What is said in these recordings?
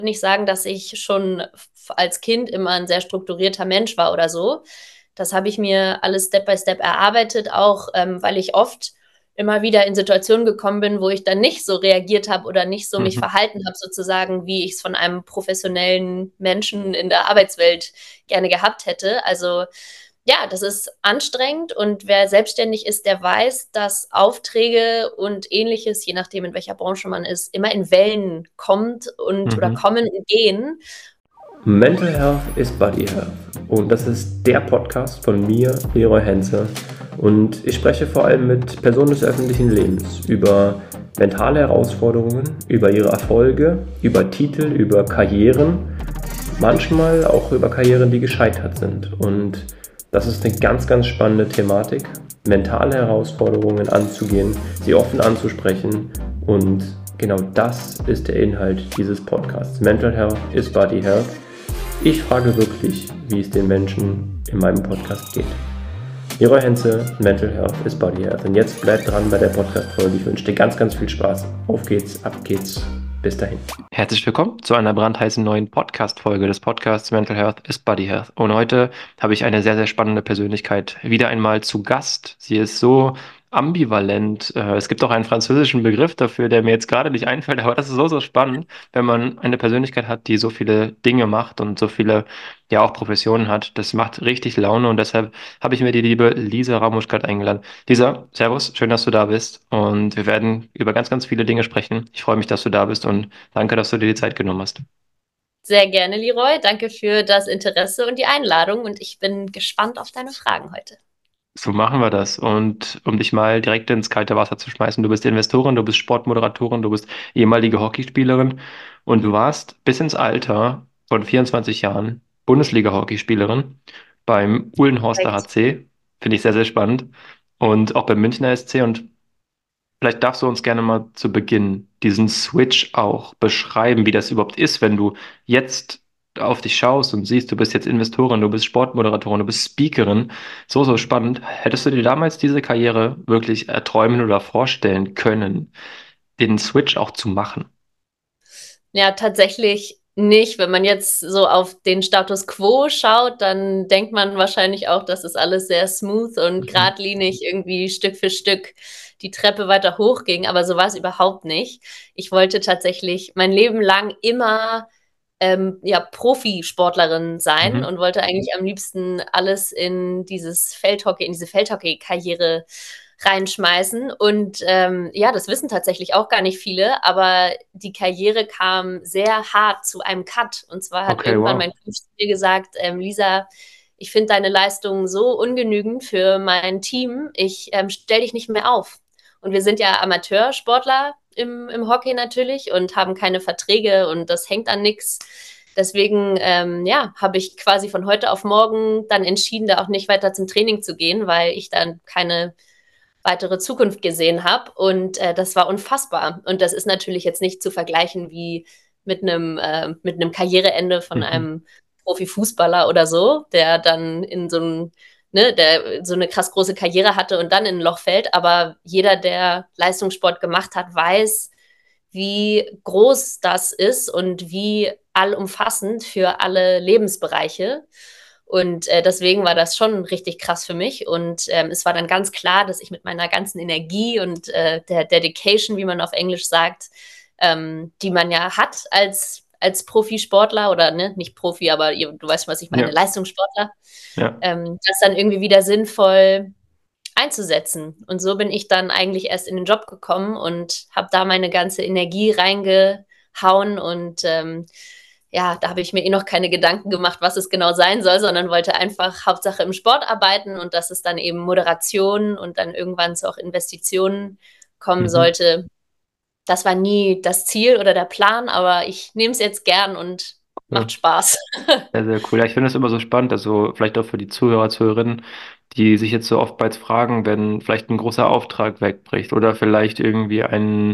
nicht sagen, dass ich schon als Kind immer ein sehr strukturierter Mensch war oder so. Das habe ich mir alles Step by Step erarbeitet, auch weil ich oft immer wieder in Situationen gekommen bin, wo ich dann nicht so reagiert habe oder nicht so mich Mhm. verhalten habe, sozusagen, wie ich es von einem professionellen Menschen in der Arbeitswelt gerne gehabt hätte. Also ja, das ist anstrengend und wer selbstständig ist, der weiß, dass Aufträge und ähnliches, je nachdem in welcher Branche man ist, immer in Wellen kommt und oder Mhm. kommen und gehen. Mental Health is Body Health. Und das ist der Podcast von mir, Leroy Henze. Und ich spreche vor allem mit Personen des öffentlichen Lebens über mentale Herausforderungen, über ihre Erfolge, über Titel, über Karrieren, manchmal auch über Karrieren, die gescheitert sind. Und das ist eine ganz, ganz spannende Thematik, mentale Herausforderungen anzugehen, sie offen anzusprechen. Und genau das ist der Inhalt dieses Podcasts. Mental Health is Body Health. Ich frage wirklich, wie es den Menschen in meinem Podcast geht. Leroy Henze, Mental Health is Body Health. Und jetzt bleibt dran bei der Podcast-Folge. Ich wünsche dir ganz, ganz viel Spaß. Auf geht's, ab geht's. Bis dahin. Herzlich willkommen zu einer brandheißen neuen Podcast-Folge des Podcasts Mental Health is Body Health. Und heute habe ich eine sehr, sehr spannende Persönlichkeit wieder einmal zu Gast. Sie ist so ambivalent. Es gibt auch einen französischen Begriff dafür, der mir jetzt gerade nicht einfällt, aber das ist so, so spannend, wenn man eine Persönlichkeit hat, die so viele Dinge macht und so viele, ja, auch Professionen hat. Das macht richtig Laune und deshalb habe ich mir die liebe Lisa Ramuschkat eingeladen. Lisa, Servus, schön, dass du da bist und wir werden über ganz, ganz viele Dinge sprechen. Ich freue mich, dass du da bist und danke, dass du dir die Zeit genommen hast. Sehr gerne, Leroy. Danke für das Interesse und die Einladung und ich bin gespannt auf deine Fragen heute. So machen wir das. Und um dich mal direkt ins kalte Wasser zu schmeißen, du bist Investorin, du bist Sportmoderatorin, du bist ehemalige Hockeyspielerin und du warst bis ins Alter von 24 Jahren Bundesliga-Hockeyspielerin beim Uhlenhorster Korrekt. HC. Finde ich sehr, sehr spannend. Und auch beim Münchner SC. Und vielleicht darfst du uns gerne mal zu Beginn diesen Switch auch beschreiben, wie das überhaupt ist, wenn du jetzt auf dich schaust und siehst, du bist jetzt Investorin, du bist Sportmoderatorin, du bist Speakerin. So, so spannend. Hättest du dir damals diese Karriere wirklich erträumen oder vorstellen können, den Switch auch zu machen? Ja, tatsächlich nicht. Wenn man jetzt so auf den Status quo schaut, dann denkt man wahrscheinlich auch, dass es alles sehr smooth und Mhm. geradlinig irgendwie Stück für Stück die Treppe weiter hochging. Aber so war es überhaupt nicht. Ich wollte tatsächlich mein Leben lang immer ja, Profisportlerin sein Mhm. und wollte eigentlich am liebsten alles in dieses Feldhockey, in diese Feldhockey-Karriere reinschmeißen. Und ja, das wissen tatsächlich auch gar nicht viele, aber die Karriere kam sehr hart zu einem Cut. Und zwar hat Okay, irgendwann mein wow. Coach zu mir gesagt, Lisa, ich finde deine Leistung so ungenügend für mein Team, ich stelle dich nicht mehr auf. Und wir sind ja Amateursportler im Hockey natürlich und haben keine Verträge und das hängt an nichts. Deswegen, ja, habe ich quasi von heute auf morgen dann entschieden, da auch nicht weiter zum Training zu gehen, weil ich dann keine weitere Zukunft gesehen habe. Und das war unfassbar. Und das ist natürlich jetzt nicht zu vergleichen wie mit einem Karriereende von Mhm. einem Profifußballer oder so, der dann in so ein, ne, der so eine krass große Karriere hatte und dann in ein Loch fällt. Aber jeder, der Leistungssport gemacht hat, weiß, wie groß das ist und wie allumfassend für alle Lebensbereiche. Und deswegen war das schon richtig krass für mich. Und es war dann ganz klar, dass ich mit meiner ganzen Energie und der Dedication, wie man auf Englisch sagt, die man ja hat als Profisportler oder ne, nicht Profi, aber du weißt schon, was ich meine, Ja, Leistungssportler, ja. das dann irgendwie wieder sinnvoll einzusetzen. Und so bin ich dann eigentlich erst in den Job gekommen und habe da meine ganze Energie reingehauen und ja, da habe ich mir eh noch keine Gedanken gemacht, was es genau sein soll, sondern wollte einfach Hauptsache im Sport arbeiten und dass es dann eben Moderation und dann irgendwann zu auch Investitionen kommen Mhm. sollte. Das war nie das Ziel oder der Plan, aber ich nehme es jetzt gern und macht Cool. Spaß. Sehr, sehr cool. Ja, ich finde das immer so spannend, also vielleicht auch für die Zuhörer, Zuhörerinnen, die sich jetzt so oftmals fragen, wenn vielleicht ein großer Auftrag wegbricht oder vielleicht irgendwie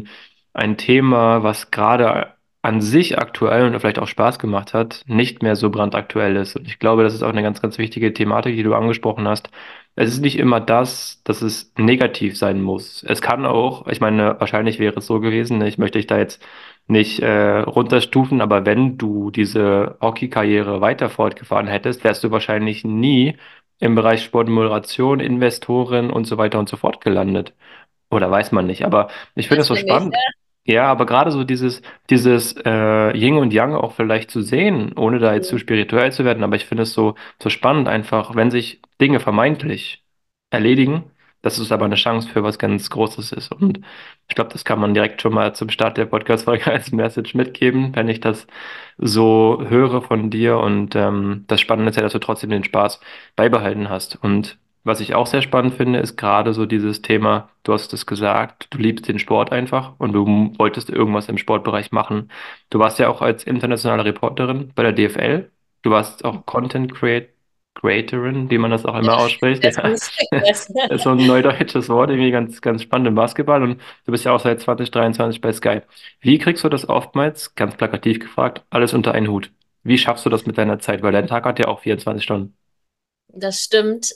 ein Thema, was gerade an sich aktuell und vielleicht auch Spaß gemacht hat, nicht mehr so brandaktuell ist. Und ich glaube, das ist auch eine ganz, ganz wichtige Thematik, die du angesprochen hast. Es ist nicht immer das, dass es negativ sein muss. Es kann auch, ich meine, wahrscheinlich wäre es so gewesen, ne, ich möchte dich da jetzt nicht runterstufen, aber wenn du diese Hockey-Karriere weiter fortgefahren hättest, wärst du wahrscheinlich nie im Bereich Sportmoderation, Investoren und so weiter und so fort gelandet. Oder weiß man nicht. Aber ich finde Das das so finde ich. spannend. Ja, aber gerade so dieses Yin und Yang auch vielleicht zu sehen, ohne da jetzt zu Ja. spirituell zu werden, aber ich finde es so spannend einfach, wenn sich Dinge vermeintlich erledigen, dass es aber eine Chance für was ganz Großes ist. Und ich glaube, das kann man direkt schon mal zum Start der Podcast-Folge als Message mitgeben, wenn ich das so höre von dir. Und das Spannende ist ja, dass du trotzdem den Spaß beibehalten hast. Und was ich auch sehr spannend finde, ist gerade so dieses Thema, du hast es gesagt, du liebst den Sport einfach und du wolltest irgendwas im Sportbereich machen. Du warst ja auch als internationale Reporterin bei der DFL. Du warst auch Creatorin, wie man das auch immer ausspricht. Das Ja, ist das. ist so ein neudeutsches Wort, irgendwie ganz, ganz spannend im Basketball. Und du bist ja auch seit 2023 bei Sky. Wie kriegst du das oftmals, ganz plakativ gefragt, alles unter einen Hut? Wie schaffst du das mit deiner Zeit? Weil dein Tag hat ja auch 24 Stunden. Das stimmt.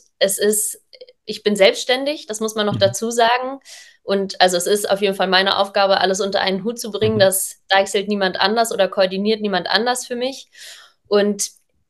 Ich bin selbstständig, das muss man noch Mhm. dazu sagen. Und also es ist auf jeden Fall meine Aufgabe, alles unter einen Hut zu bringen. Mhm. Das deichselt niemand anders oder koordiniert niemand anders für mich. Und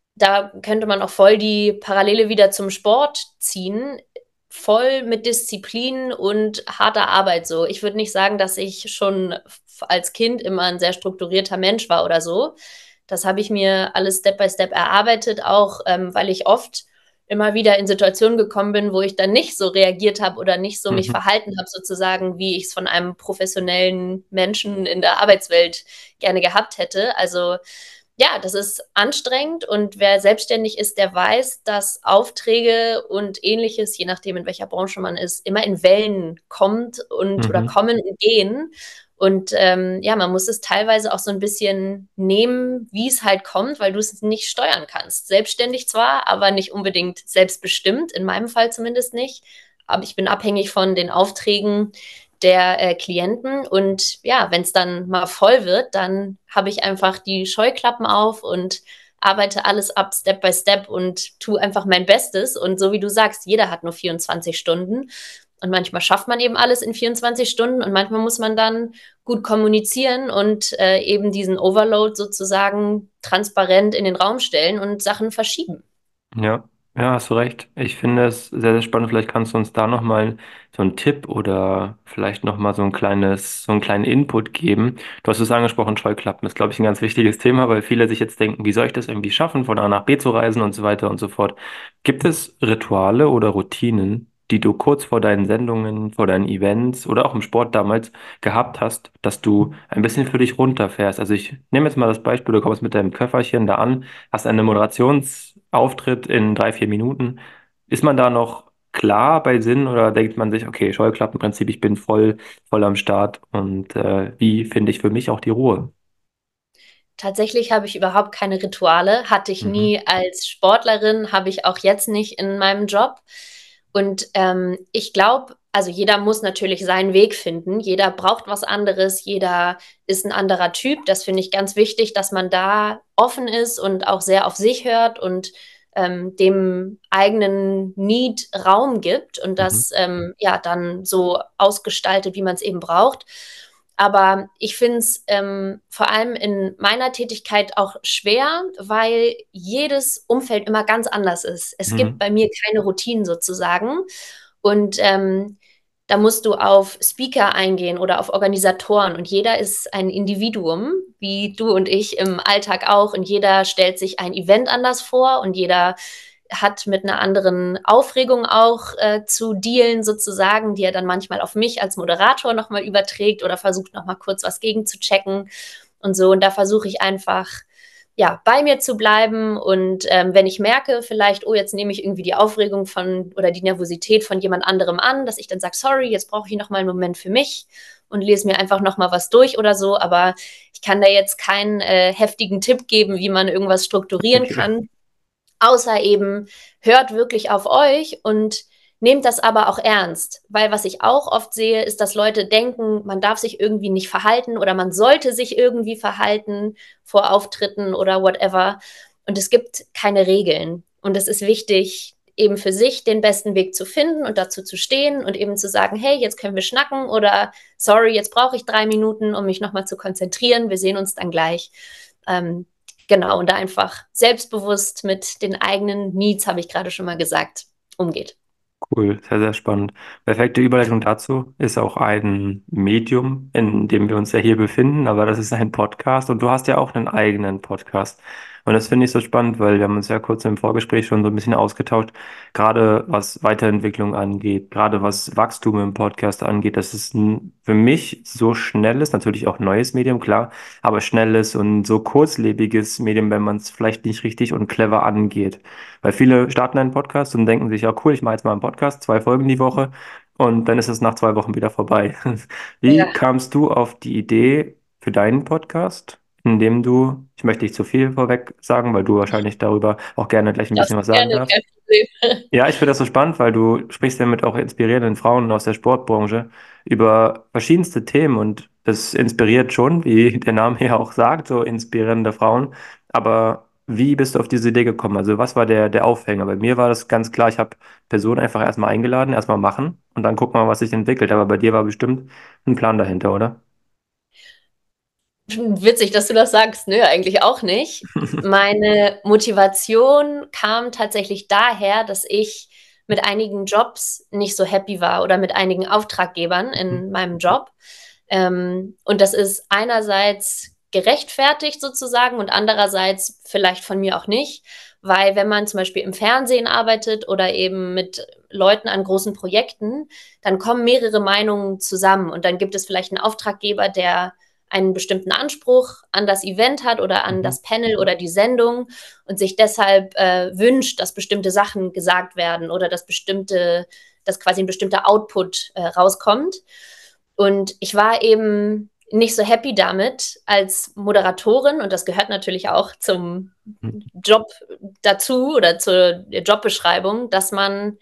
da könnte man auch voll die Parallele wieder zum Sport ziehen. Voll mit Disziplin und harter Arbeit so. Ich würde nicht sagen, dass ich schon als Kind immer ein sehr strukturierter Mensch war oder so. Das habe ich mir alles Step by Step erarbeitet, auch weil ich oft immer wieder in Situationen gekommen bin, wo ich dann nicht so reagiert habe oder nicht so mich Mhm. verhalten habe, sozusagen, wie ich es von einem professionellen Menschen in der Arbeitswelt gerne gehabt hätte. Also ja, das ist anstrengend und wer selbstständig ist, der weiß, dass Aufträge und ähnliches, je nachdem in welcher Branche man ist, immer in Wellen kommt und oder Mhm. kommen und gehen. Und ja, man muss es teilweise auch so ein bisschen nehmen, wie es halt kommt, weil du es nicht steuern kannst. Selbstständig zwar, aber nicht unbedingt selbstbestimmt, in meinem Fall zumindest nicht. Aber ich bin abhängig von den Aufträgen der Klienten. Und ja, wenn es dann mal voll wird, dann habe ich einfach die Scheuklappen auf und arbeite alles ab, Step by Step und tue einfach mein Bestes. Und so wie du sagst, jeder hat nur 24 Stunden. Und manchmal schafft man eben alles in 24 Stunden und manchmal muss man dann gut kommunizieren und eben diesen Overload sozusagen transparent in den Raum stellen und Sachen verschieben. Ja, ja, hast du recht. Ich finde es sehr, sehr spannend. Vielleicht kannst du uns da nochmal so einen Tipp oder vielleicht nochmal so einen kleinen Input geben. Du hast es angesprochen, Scheuklappen ist, glaube ich, ein ganz wichtiges Thema, weil viele sich jetzt denken, wie soll ich das irgendwie schaffen, von A nach B zu reisen und so weiter und so fort. Gibt es Rituale oder Routinen, die du kurz vor deinen Sendungen, vor deinen Events oder auch im Sport damals gehabt hast, dass du ein bisschen für dich runterfährst? Also ich nehme jetzt mal das Beispiel, du kommst mit deinem Köfferchen da an, hast einen Moderationsauftritt in 3, 4 Minuten. Ist man da noch klar bei Sinn oder denkt man sich, okay, Scheuklappenprinzip, ich bin voll am Start und wie finde ich für mich auch die Ruhe? Tatsächlich habe ich überhaupt keine Rituale, hatte ich Mhm. nie als Sportlerin, habe ich auch jetzt nicht in meinem Job. Und ich glaube, also jeder muss natürlich seinen Weg finden. Jeder braucht was anderes, jeder ist ein anderer Typ. Das finde ich ganz wichtig, dass man da offen ist und auch sehr auf sich hört und dem eigenen Need Raum gibt und Mhm. das ja dann so ausgestaltet, wie man es eben braucht. Aber ich finde es vor allem in meiner Tätigkeit auch schwer, weil jedes Umfeld immer ganz anders ist. Es gibt Mhm. bei mir keine Routinen sozusagen. Und da musst du auf Speaker eingehen oder auf Organisatoren. Und jeder ist ein Individuum, wie du und ich im Alltag auch. Und jeder stellt sich ein Event anders vor und jeder hat mit einer anderen Aufregung auch zu dealen, sozusagen, die er dann manchmal auf mich als Moderator nochmal überträgt oder versucht nochmal kurz was gegen zu checken und so. Und da versuche ich einfach, ja, bei mir zu bleiben. Und wenn ich merke, vielleicht, oh, jetzt nehme ich irgendwie die Aufregung von oder die Nervosität von jemand anderem an, dass ich dann sage, sorry, jetzt brauche ich nochmal einen Moment für mich und lese mir einfach nochmal was durch oder so. Aber ich kann da jetzt keinen heftigen Tipp geben, wie man irgendwas strukturieren Okay. kann. Außer eben, hört wirklich auf euch und nehmt das aber auch ernst. Weil was ich auch oft sehe, ist, dass Leute denken, man darf sich irgendwie nicht verhalten oder man sollte sich irgendwie verhalten vor Auftritten oder whatever. Und es gibt keine Regeln. Und es ist wichtig, eben für sich den besten Weg zu finden und dazu zu stehen und eben zu sagen, hey, jetzt können wir schnacken oder sorry, jetzt brauche ich 3 Minuten, um mich nochmal zu konzentrieren, wir sehen uns dann gleich. Genau, und da einfach selbstbewusst mit den eigenen Needs, habe ich gerade schon mal gesagt, umgeht. Cool, sehr, sehr spannend. Perfekte Überleitung dazu ist auch ein Medium, in dem wir uns ja hier befinden, aber das ist ein Podcast und du hast ja auch einen eigenen Podcast. Und das finde ich so spannend, weil wir haben uns ja kurz im Vorgespräch schon so ein bisschen ausgetauscht, gerade was Weiterentwicklung angeht, gerade was Wachstum im Podcast angeht. Das ist ein für mich so schnelles, natürlich auch neues Medium, klar, aber schnelles und so kurzlebiges Medium, wenn man es vielleicht nicht richtig und clever angeht. Weil viele starten einen Podcast und denken sich, ja cool, ich mache jetzt mal einen Podcast, 2 Folgen die Woche und dann ist es nach 2 Wochen wieder vorbei. Wie Ja, kamst du auf die Idee für deinen Podcast, indem du, ich möchte nicht zu viel vorweg sagen, weil du wahrscheinlich darüber auch gerne gleich ein bisschen darfst was du sagen gerne, darfst. kein Problem. Ja, ich finde das so spannend, weil du sprichst ja mit auch inspirierenden Frauen aus der Sportbranche über verschiedenste Themen und das inspiriert schon, wie der Name ja auch sagt, so inspirierende Frauen. Aber wie bist du auf diese Idee gekommen? Also was war der Aufhänger? Bei mir war das ganz klar, ich habe Personen einfach erstmal eingeladen, erstmal machen und dann gucken wir, was sich entwickelt. Aber bei dir war bestimmt ein Plan dahinter, oder? Witzig, dass du das sagst. Nö, eigentlich auch nicht. Meine Motivation kam tatsächlich daher, dass ich mit einigen Jobs nicht so happy war oder mit einigen Auftraggebern in meinem Job. Und das ist einerseits gerechtfertigt sozusagen und andererseits vielleicht von mir auch nicht, weil wenn man zum Beispiel im Fernsehen arbeitet oder eben mit Leuten an großen Projekten, dann kommen mehrere Meinungen zusammen und dann gibt es vielleicht einen Auftraggeber, der einen bestimmten Anspruch an das Event hat oder an Mhm. das Panel oder die Sendung und sich deshalb wünscht, dass bestimmte Sachen gesagt werden oder dass quasi ein bestimmter Output rauskommt. Und ich war eben nicht so happy damit als Moderatorin und das gehört natürlich auch zum Job dazu oder zur Jobbeschreibung, dass man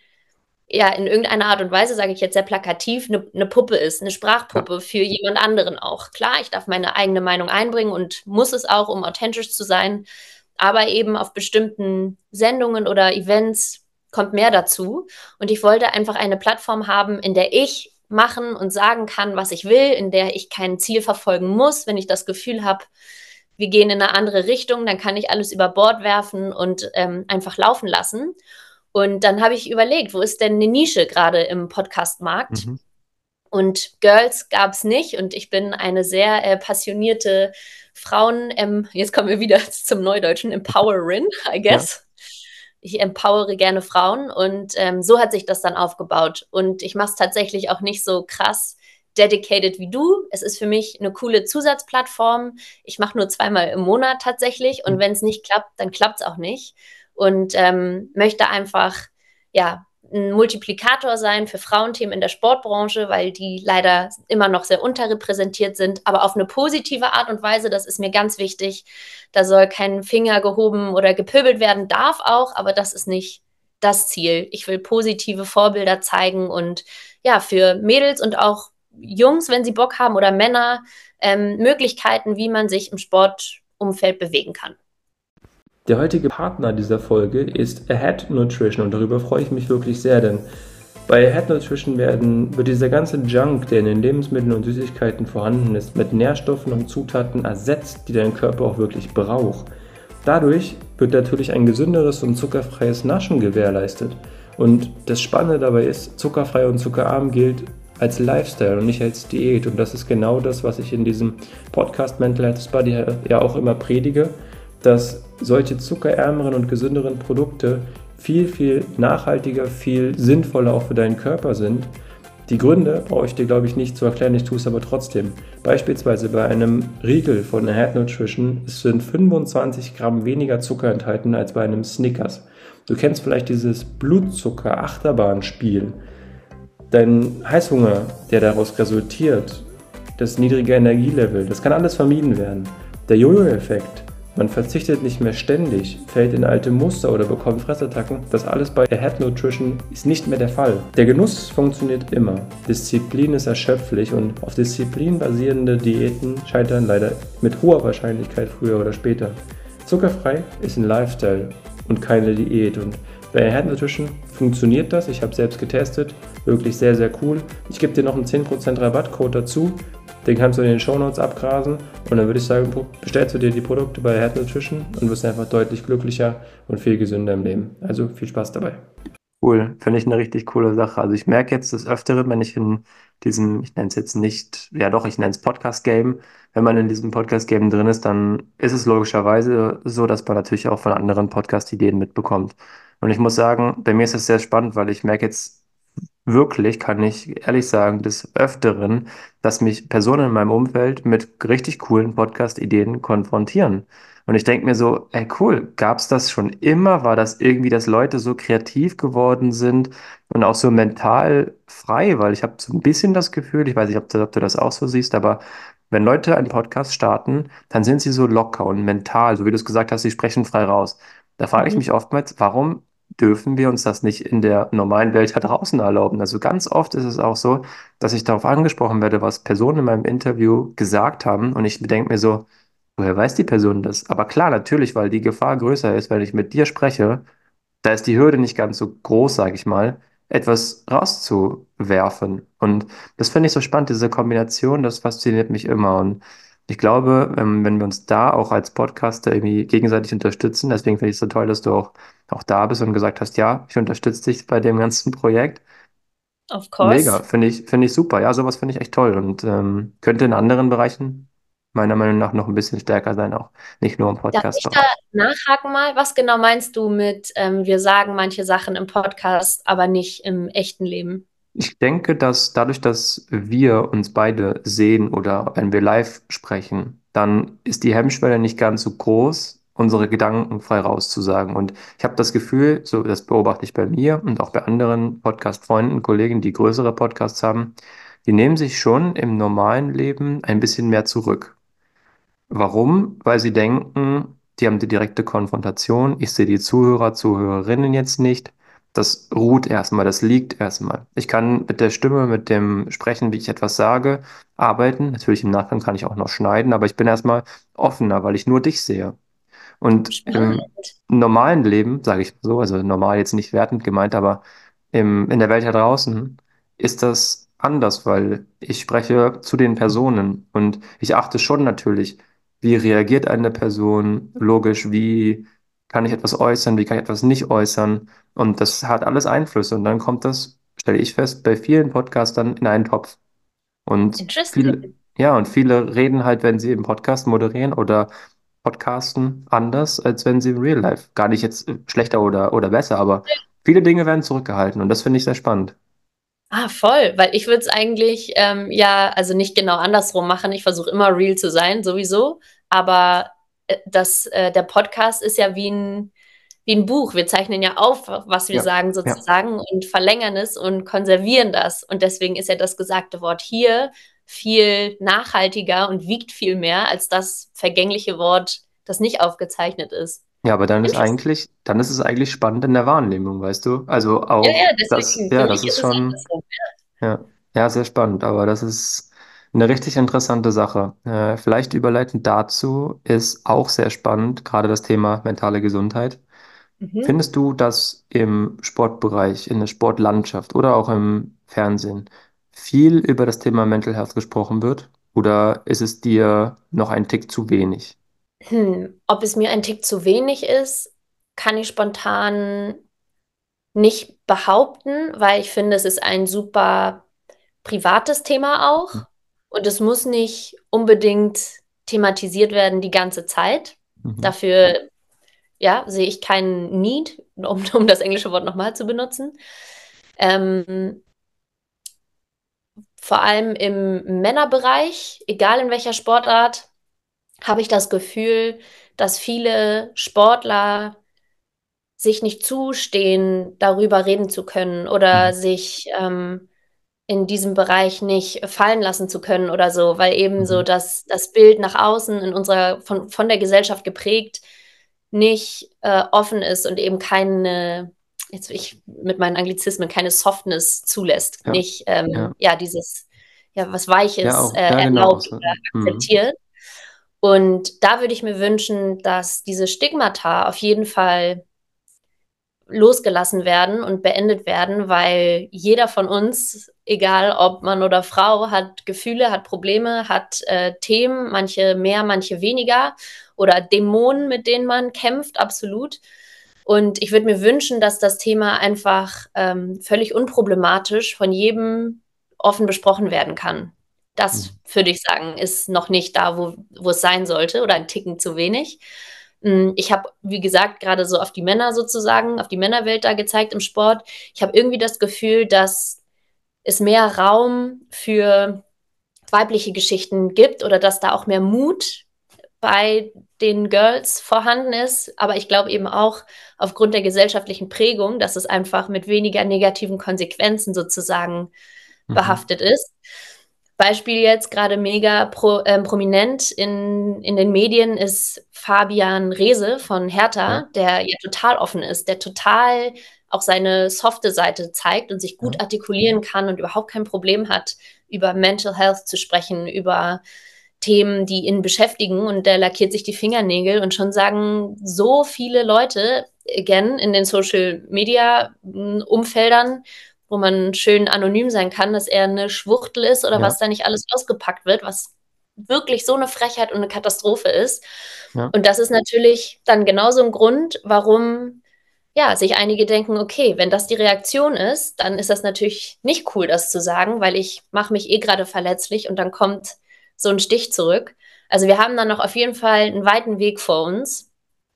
ja in irgendeiner Art und Weise, sage ich jetzt sehr plakativ, eine Puppe ist, eine Ja. Sprachpuppe für jemand anderen auch. Klar, ich darf meine eigene Meinung einbringen und muss es auch, um authentisch zu sein, aber eben auf bestimmten Sendungen oder Events kommt mehr dazu. Und ich wollte einfach eine Plattform haben, in der ich machen und sagen kann, was ich will, in der ich kein Ziel verfolgen muss. Wenn ich das Gefühl habe, wir gehen in eine andere Richtung, dann kann ich alles über Bord werfen und einfach laufen lassen. Und dann habe ich überlegt, wo ist denn eine Nische gerade im Podcast-Markt? Mhm. Und Girls gab es nicht. Und ich bin eine sehr passionierte Frauen, jetzt kommen wir wieder zum Neudeutschen, Empowerin, I Ja. guess. Ich empowere gerne Frauen und so hat sich das dann aufgebaut. Und ich mache es tatsächlich auch nicht so krass dedicated wie du. Es ist für mich eine coole Zusatzplattform. Ich mache nur 2-mal im Monat tatsächlich und wenn es nicht klappt, dann klappt es auch nicht. Und möchte einfach, ja, ein Multiplikator sein für Frauenthemen in der Sportbranche, weil die leider immer noch sehr unterrepräsentiert sind, aber auf eine positive Art und Weise, das ist mir ganz wichtig. Da soll kein Finger gehoben oder gepöbelt werden, darf auch, aber das ist nicht das Ziel. Ich will positive Vorbilder zeigen und ja, für Mädels und auch Jungs, wenn sie Bock haben oder Männer, Möglichkeiten, wie man sich im Sportumfeld bewegen kann. Der heutige Partner dieser Folge ist Ahead Nutrition und darüber freue ich mich wirklich sehr, denn bei Ahead Nutrition wird dieser ganze Junk, der in den Lebensmitteln und Süßigkeiten vorhanden ist, mit Nährstoffen und Zutaten ersetzt, die dein Körper auch wirklich braucht. Dadurch wird natürlich ein gesünderes und zuckerfreies Naschen gewährleistet. Und das Spannende dabei ist, zuckerfrei und zuckerarm gilt als Lifestyle und nicht als Diät. Und das ist genau das, was ich in diesem Podcast Mental Health Body ja auch immer predige, dass solche zuckerärmeren und gesünderen Produkte viel, viel nachhaltiger, viel sinnvoller auch für deinen Körper sind. Die Gründe brauche ich dir, glaube ich, nicht zu erklären, ich tue es aber trotzdem. Beispielsweise bei einem Riegel von Ahead Nutrition sind 25 Gramm weniger Zucker enthalten als bei einem Snickers. Du kennst vielleicht dieses Blutzucker-Achterbahn-Spiel. Dein Heißhunger, der daraus resultiert, das niedrige Energielevel, das kann alles vermieden werden. Der Jojo-Effekt, man verzichtet nicht mehr ständig, fällt in alte Muster oder bekommt Fressattacken. Das alles bei Ahead Nutrition ist nicht mehr der Fall. Der Genuss funktioniert immer. Disziplin ist erschöpflich und auf Disziplin basierende Diäten scheitern leider mit hoher Wahrscheinlichkeit früher oder später. Zuckerfrei ist ein Lifestyle und keine Diät. Und bei Head Nutrition funktioniert das. Ich habe selbst getestet. Wirklich sehr, sehr cool. Ich gebe dir noch einen 10% Rabattcode dazu. Den kannst du in den Shownotes abgrasen. Und dann würde ich sagen, bestellst du dir die Produkte bei Head Nutrition und wirst einfach deutlich glücklicher und viel gesünder im Leben. Also viel Spaß dabei. Cool, finde ich eine richtig coole Sache. Also ich merke jetzt des Öfteren, wenn ich in diesem, ich nenne es jetzt nicht, ja doch, ich nenne es Podcast-Game, wenn man in diesem Podcast-Game drin ist, dann ist es logischerweise so, dass man natürlich auch von anderen Podcast-Ideen mitbekommt. Und ich muss sagen, bei mir ist es sehr spannend, weil ich merke jetzt wirklich, kann ich ehrlich sagen, des Öfteren, dass mich Personen in meinem Umfeld mit richtig coolen Podcast-Ideen konfrontieren. Und ich denke mir so, ey cool, gab's das schon immer? War das irgendwie, dass Leute so kreativ geworden sind und auch so mental frei? Weil ich habe so ein bisschen das Gefühl, ich weiß nicht, ob du das auch so siehst, aber wenn Leute einen Podcast starten, dann sind sie so locker und mental, so wie du es gesagt hast, sie sprechen frei raus. Da frage ich Mhm. mich oftmals, warum dürfen wir uns das nicht in der normalen Welt da draußen erlauben? Also ganz oft ist es auch so, dass ich darauf angesprochen werde, was Personen in meinem Interview gesagt haben und ich bedenke mir so, woher weiß die Person das? Aber klar, natürlich, weil die Gefahr größer ist, wenn ich mit dir spreche, da ist die Hürde nicht ganz so groß, sage ich mal, etwas rauszuwerfen. Und das finde ich so spannend, diese Kombination, das fasziniert mich immer. Und ich glaube, wenn wir uns da auch als Podcaster irgendwie gegenseitig unterstützen, deswegen finde ich es so toll, dass du auch da bist und gesagt hast, ja, ich unterstütze dich bei dem ganzen Projekt. Of Mega, course. finde ich super. Ja, sowas finde ich echt toll und könnte in anderen Bereichen meiner Meinung nach noch ein bisschen stärker sein, auch nicht nur im Darf ich da Podcast-Bereich. nachhaken mal? Was genau meinst du mit, wir sagen manche Sachen im Podcast, aber nicht im echten Leben? Ich denke, dass dadurch, dass wir uns beide sehen oder wenn wir live sprechen, dann ist die Hemmschwelle nicht ganz so groß, unsere Gedanken frei rauszusagen. Und ich habe das Gefühl, so das beobachte ich bei mir und auch bei anderen Podcast-Freunden, Kollegen, die größere Podcasts haben, die nehmen sich schon im normalen Leben ein bisschen mehr zurück. Warum? Weil sie denken, die haben die direkte Konfrontation. Ich sehe die Zuhörer, Zuhörerinnen jetzt nicht. Das ruht erstmal, das liegt erstmal. Ich kann mit der Stimme, mit dem Sprechen, wie ich etwas sage, arbeiten. Natürlich im Nachgang kann ich auch noch schneiden, aber ich bin erstmal offener, weil ich nur dich sehe. Und Spannend. im normalen Leben, sage ich so, also normal jetzt nicht wertend gemeint, aber in der Welt da draußen ist das anders, weil ich spreche zu den Personen und ich achte schon natürlich, wie reagiert eine Person, logisch, wie kann ich etwas äußern, wie kann ich etwas nicht äußern und das hat alles Einflüsse und dann kommt das, stelle ich fest, bei vielen Podcastern in einen Topf. Und Interesting. viele reden halt, wenn sie im Podcast moderieren oder podcasten, anders, als wenn sie im Real Life. Gar nicht jetzt schlechter oder besser, aber viele Dinge werden zurückgehalten und das finde ich sehr spannend. Ah, voll, weil ich würde es eigentlich ja, also nicht genau andersrum machen. Ich versuche immer real zu sein, sowieso. Aber der Podcast ist ja wie ein Buch. Wir zeichnen ja auf, was wir Ja, sagen ja. sozusagen und verlängern es und konservieren das. Und deswegen ist ja das gesagte Wort hier viel nachhaltiger und wiegt viel mehr als das vergängliche Wort, das nicht aufgezeichnet ist. Ja, aber Interesting. dann ist es eigentlich spannend in der Wahrnehmung, weißt du? Also Ja, auch ja, das, deswegen, für ja, das mich ist ist es schon, andersrum. ja, ja, sehr spannend, aber das ist eine richtig interessante Sache. Vielleicht überleitend dazu ist auch sehr spannend, gerade das Thema mentale Gesundheit. Mhm. Findest du, dass im Sportbereich, in der Sportlandschaft oder auch im Fernsehen viel über das Thema Mental Health gesprochen wird? Oder ist es dir noch ein Tick zu wenig? Ob es mir ein Tick zu wenig ist, kann ich spontan nicht behaupten, weil ich finde, es ist ein super privates Thema auch und es muss nicht unbedingt thematisiert werden die ganze Zeit. Mhm. Dafür, ja, sehe ich keinen Need, um das englische Wort nochmal zu benutzen. Ähm, vor allem im Männerbereich, egal in welcher Sportart, habe ich das Gefühl, dass viele Sportler sich nicht zustehen, darüber reden zu können Mhm. oder sich in diesem Bereich nicht fallen lassen zu können oder so, weil eben so Mhm. das Bild nach außen in von der Gesellschaft geprägt nicht offen ist und eben keine, jetzt ich mit meinen Anglizismen, keine Softness zulässt, Ja, nicht ja, ja, dieses, ja, was ja, Weiches auch, ja, genau. erlaubt Also, oder mhm. akzeptiert. Und da würde ich mir wünschen, dass diese Stigmata auf jeden Fall losgelassen werden und beendet werden, weil jeder von uns, egal ob Mann oder Frau, hat Gefühle, hat Probleme, hat Themen, manche mehr, manche weniger oder Dämonen, mit denen man kämpft, absolut. Und ich würde mir wünschen, dass das Thema einfach völlig unproblematisch von jedem offen besprochen werden kann. Das, würde ich sagen, ist noch nicht da, wo es sein sollte oder ein Ticken zu wenig. Ich habe, wie gesagt, gerade so auf die Männer sozusagen, auf die Männerwelt da gezeigt im Sport. Ich habe irgendwie das Gefühl, dass es mehr Raum für weibliche Geschichten gibt oder dass da auch mehr Mut bei den Girls vorhanden ist. Aber ich glaube eben auch aufgrund der gesellschaftlichen Prägung, dass es einfach mit weniger negativen Konsequenzen sozusagen behaftet ist. Beispiel jetzt gerade mega prominent in den Medien ist Fabian Reese von Hertha, der ja total offen ist, der total auch seine softe Seite zeigt und sich gut artikulieren kann und überhaupt kein Problem hat, über Mental Health zu sprechen, über Themen, die ihn beschäftigen, und der lackiert sich die Fingernägel und schon sagen so viele Leute, again, in den Social Media Umfeldern, wo man schön anonym sein kann, dass er eine Schwuchtel ist oder was da nicht alles ausgepackt wird, was wirklich so eine Frechheit und eine Katastrophe ist. Ja. Und das ist natürlich dann genauso ein Grund, warum ja, sich einige denken, okay, wenn das die Reaktion ist, dann ist das natürlich nicht cool, das zu sagen, weil ich mache mich eh gerade verletzlich und dann kommt so ein Stich zurück. Also wir haben dann noch auf jeden Fall einen weiten Weg vor uns.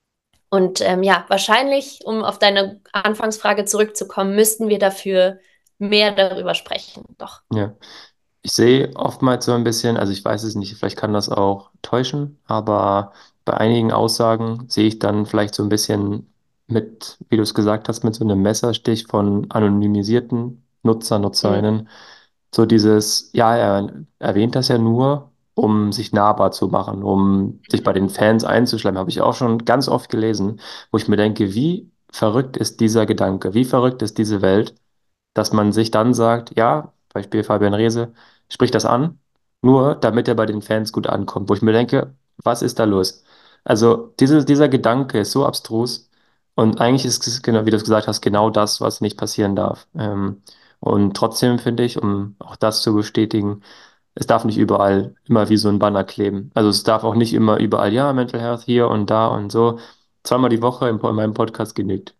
Und ja, wahrscheinlich, um auf deine Anfangsfrage zurückzukommen, müssten wir dafür mehr darüber sprechen. Doch. Ja. Ich sehe oftmals so ein bisschen, also ich weiß es nicht, vielleicht kann das auch täuschen, aber bei einigen Aussagen sehe ich dann vielleicht so ein bisschen mit, wie du es gesagt hast, mit so einem Messerstich von anonymisierten Nutzer, Mhm. Nutzerinnen. So dieses, ja, er erwähnt das ja nur, um sich nahbar zu machen, um sich bei den Fans einzuschleimen, habe ich auch schon ganz oft gelesen, wo ich mir denke, wie verrückt ist dieser Gedanke, wie verrückt ist diese Welt, dass man sich dann sagt, ja, Beispiel Fabian Reese, spricht das an, nur damit er bei den Fans gut ankommt, wo ich mir denke, was ist da los? Also dieser Gedanke ist so abstrus und eigentlich ist es, genau wie du es gesagt hast, genau das, was nicht passieren darf. Und trotzdem finde ich, um auch das zu bestätigen, es darf nicht überall immer wie so ein Banner kleben. Also es darf auch nicht immer überall, ja, Mental Health hier und da und so. Zweimal die Woche in meinem Podcast genügt.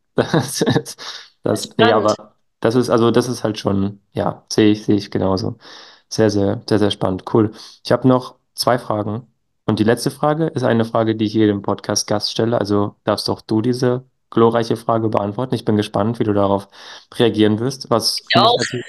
Nee, Spannend. aber das ist halt schon, ja, sehe ich genauso. Sehr, sehr spannend. Cool. Ich habe noch zwei Fragen. Und die letzte Frage ist eine Frage, die ich jedem Podcast-Gast stelle. Also darfst auch du diese glorreiche Frage beantworten. Ich bin gespannt, wie du darauf reagieren wirst. Was Ja, mich natürlich,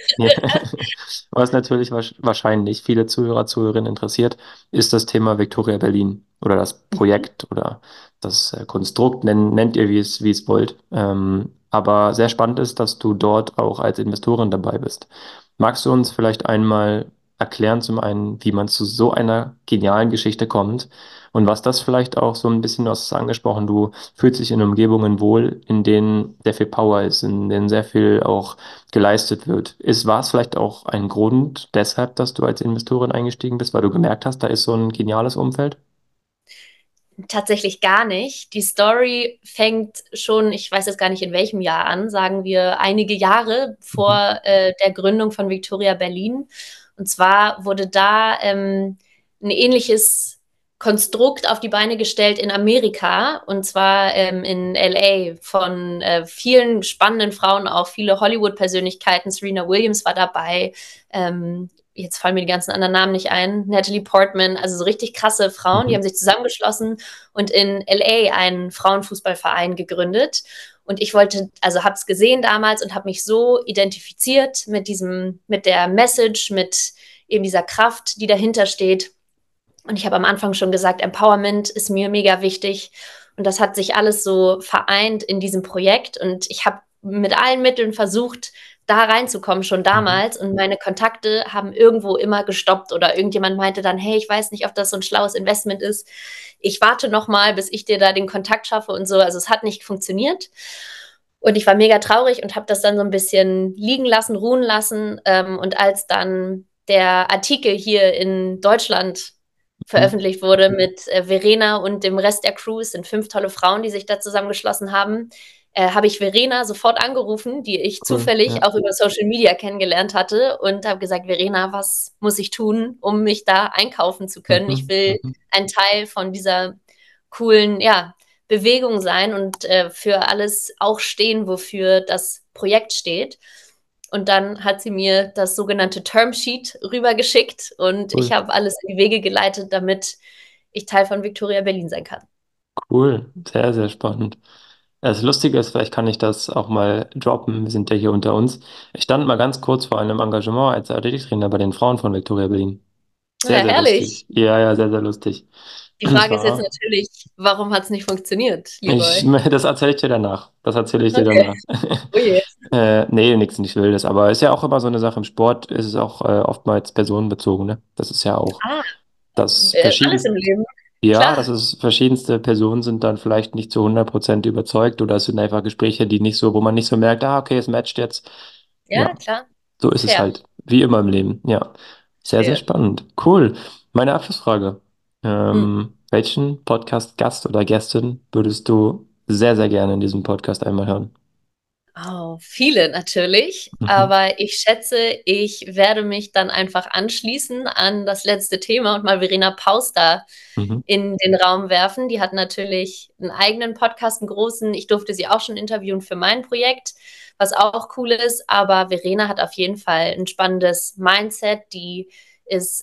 was natürlich wahrscheinlich viele Zuhörer, Zuhörerinnen interessiert, ist das Thema Victoria Berlin oder das Projekt oder das Konstrukt, nennt ihr, wie es wollt. Aber sehr spannend ist, dass du dort auch als Investorin dabei bist. Magst du uns vielleicht einmal erklären, zum einen, wie man zu so einer genialen Geschichte kommt und was das vielleicht auch so ein bisschen, du hast es angesprochen, du fühlst dich in Umgebungen wohl, in denen sehr viel Power ist, in denen sehr viel auch geleistet wird. War es vielleicht auch ein Grund deshalb, dass du als Investorin eingestiegen bist, weil du gemerkt hast, da ist so ein geniales Umfeld? tatsächlich gar nicht. Die Story fängt schon, ich weiß jetzt gar nicht in welchem Jahr an, sagen wir einige Jahre Mhm. vor der Gründung von Victoria Berlin. Und zwar wurde da ein ähnliches Konstrukt auf die Beine gestellt in Amerika, und zwar in LA von vielen spannenden Frauen, auch viele Hollywood-Persönlichkeiten. Serena Williams war dabei. Jetzt fallen mir die ganzen anderen Namen nicht ein. Natalie Portman, also so richtig krasse Frauen, die Mhm. haben sich zusammengeschlossen und in LA einen Frauenfußballverein gegründet. Und ich wollte, also habe es gesehen damals und habe mich so identifiziert mit der Message, mit eben dieser Kraft, die dahinter steht. Und ich habe am Anfang schon gesagt, Empowerment ist mir mega wichtig. Und das hat sich alles so vereint in diesem Projekt. Und ich habe mit allen Mitteln versucht, da reinzukommen, schon Mhm. damals. Und meine Kontakte haben irgendwo immer gestoppt. Oder irgendjemand meinte dann, hey, ich weiß nicht, ob das so ein schlaues Investment ist. Ich warte noch mal, bis ich dir da den Kontakt schaffe und so. Also es hat nicht funktioniert. Und ich war mega traurig und habe das dann so ein bisschen liegen lassen, ruhen lassen. Und als dann der Artikel hier in Deutschland Mhm. veröffentlicht wurde mit Verena und dem Rest der Crew, es sind 5 tolle Frauen, die sich da zusammengeschlossen haben, habe ich Verena sofort angerufen, die ich Cool. zufällig Ja. auch über Social Media kennengelernt hatte und habe gesagt, Verena, was muss ich tun, um mich da einkaufen zu können? Ich Mhm. will Mhm. ein Teil von dieser coolen, ja, Bewegung sein und für alles auch stehen, wofür das Projekt steht. Und dann hat sie mir das sogenannte Termsheet rübergeschickt und ich Cool. habe alles in die Wege geleitet, damit ich Teil von Victoria Berlin sein kann. Cool. Sehr, sehr spannend. Das Lustige ist, vielleicht kann ich das auch mal droppen. Wir sind ja hier unter uns. Ich stand mal ganz kurz vor einem Engagement als Athletiktrainer bei den Frauen von Victoria Berlin. Sehr, Ja, sehr lustig. herrlich. Ja, ja, sehr, sehr lustig. Die Und Frage ist jetzt zwar, natürlich, warum hat es nicht funktioniert, ich, Leroy? das erzähle ich dir danach. Das erzähle ich dir Okay, danach. oh je. Nee, nichts nicht Wildes. Aber ist ja auch immer so eine Sache. Im Sport ist es auch oftmals personenbezogen, ne? Das ist ja auch Ah, das alles im verschiedenste. Leben. Ja, das Klar, ist verschiedenste Personen sind dann vielleicht nicht zu 100% überzeugt oder es sind einfach Gespräche, die nicht so, wo man nicht so merkt, ah, okay, es matcht jetzt. Ja, ja, klar. so ist es Fair, halt. Wie immer im Leben. Ja. Sehr, sehr verstehe. spannend. Cool. Meine Abschlussfrage. Hm. Welchen Podcast-Gast oder Gästin würdest du sehr, sehr gerne in diesem Podcast einmal hören? Oh, viele natürlich, Mhm. aber ich schätze, ich werde mich dann einfach anschließen an das letzte Thema und mal Verena Pauster Mhm. in den Raum werfen. Die hat natürlich einen eigenen Podcast, einen großen. Ich durfte sie auch schon interviewen für mein Projekt, was auch cool ist. Aber Verena hat auf jeden Fall ein spannendes Mindset. Die ist,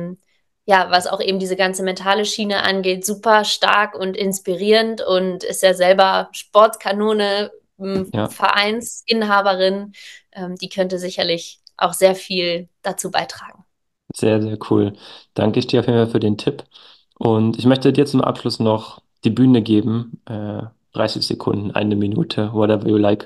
ja, was auch eben diese ganze mentale Schiene angeht, super stark und inspirierend und ist ja selber Sportskanone, Ja. Vereinsinhaberin. Die könnte sicherlich auch sehr viel dazu beitragen. Sehr, sehr cool. Danke ich dir auf jeden Fall für den Tipp. Und ich möchte dir zum Abschluss noch die Bühne geben. 30 Sekunden, eine Minute, whatever you like.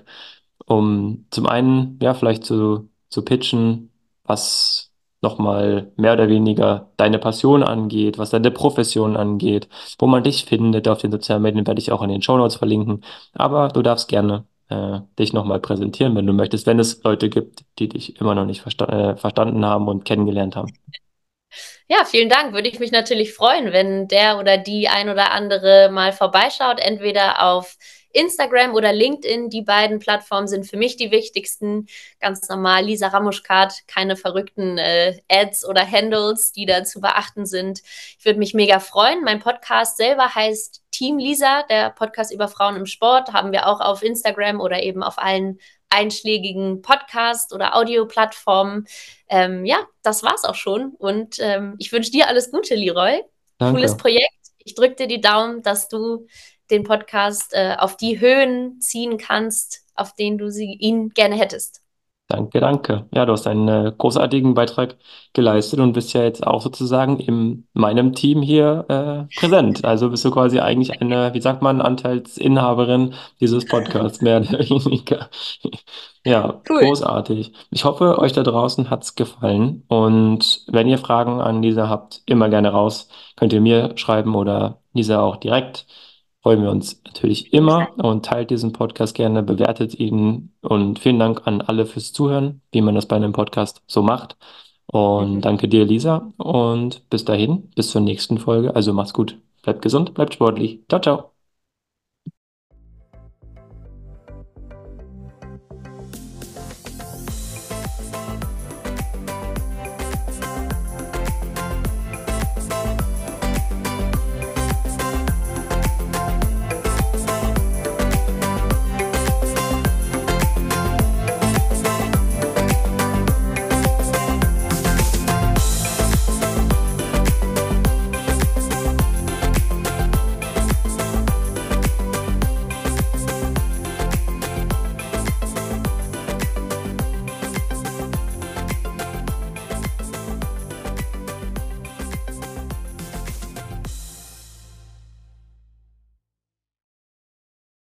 Um zum einen, ja, vielleicht zu pitchen, was nochmal mehr oder weniger deine Passion angeht, was deine Profession angeht, wo man dich findet. Auf den sozialen Medien werde ich auch in den Shownotes verlinken. Aber du darfst gerne dich nochmal präsentieren, wenn du möchtest, wenn es Leute gibt, die dich immer noch nicht verstanden haben und kennengelernt haben. Ja, vielen Dank. Würde ich mich natürlich freuen, wenn der oder die ein oder andere mal vorbeischaut, entweder auf Instagram oder LinkedIn. Die beiden Plattformen sind für mich die wichtigsten. Ganz normal Lisa Ramuschkat, keine verrückten Ads oder Handles, die da zu beachten sind. Ich würde mich mega freuen. Mein Podcast selber heißt Team Lisa, der Podcast über Frauen im Sport. Haben wir auch auf Instagram oder eben auf allen einschlägigen Podcast- oder Audioplattformen. Ja, das war's auch schon. Und ich wünsche dir alles Gute, Leroy. Cooles Danke. Projekt. Ich drücke dir die Daumen, dass du den Podcast auf die Höhen ziehen kannst, auf denen du ihn gerne hättest. Danke, danke. Ja, du hast einen großartigen Beitrag geleistet und bist ja jetzt auch sozusagen in meinem Team hier präsent. Also bist du quasi eigentlich eine, wie sagt man, Anteilsinhaberin dieses Podcasts, mehr oder weniger. Ja, Cool. großartig. Ich hoffe, euch da draußen hat's gefallen. Und wenn ihr Fragen an Lisa habt, immer gerne raus. Könnt ihr mir schreiben oder Lisa auch direkt. Freuen wir uns natürlich immer und teilt diesen Podcast gerne, bewertet ihn und vielen Dank an alle fürs Zuhören, wie man das bei einem Podcast so macht. Und Mhm. danke dir, Lisa. Und bis dahin, bis zur nächsten Folge. Also macht's gut, bleibt gesund, bleibt sportlich. Ciao, ciao.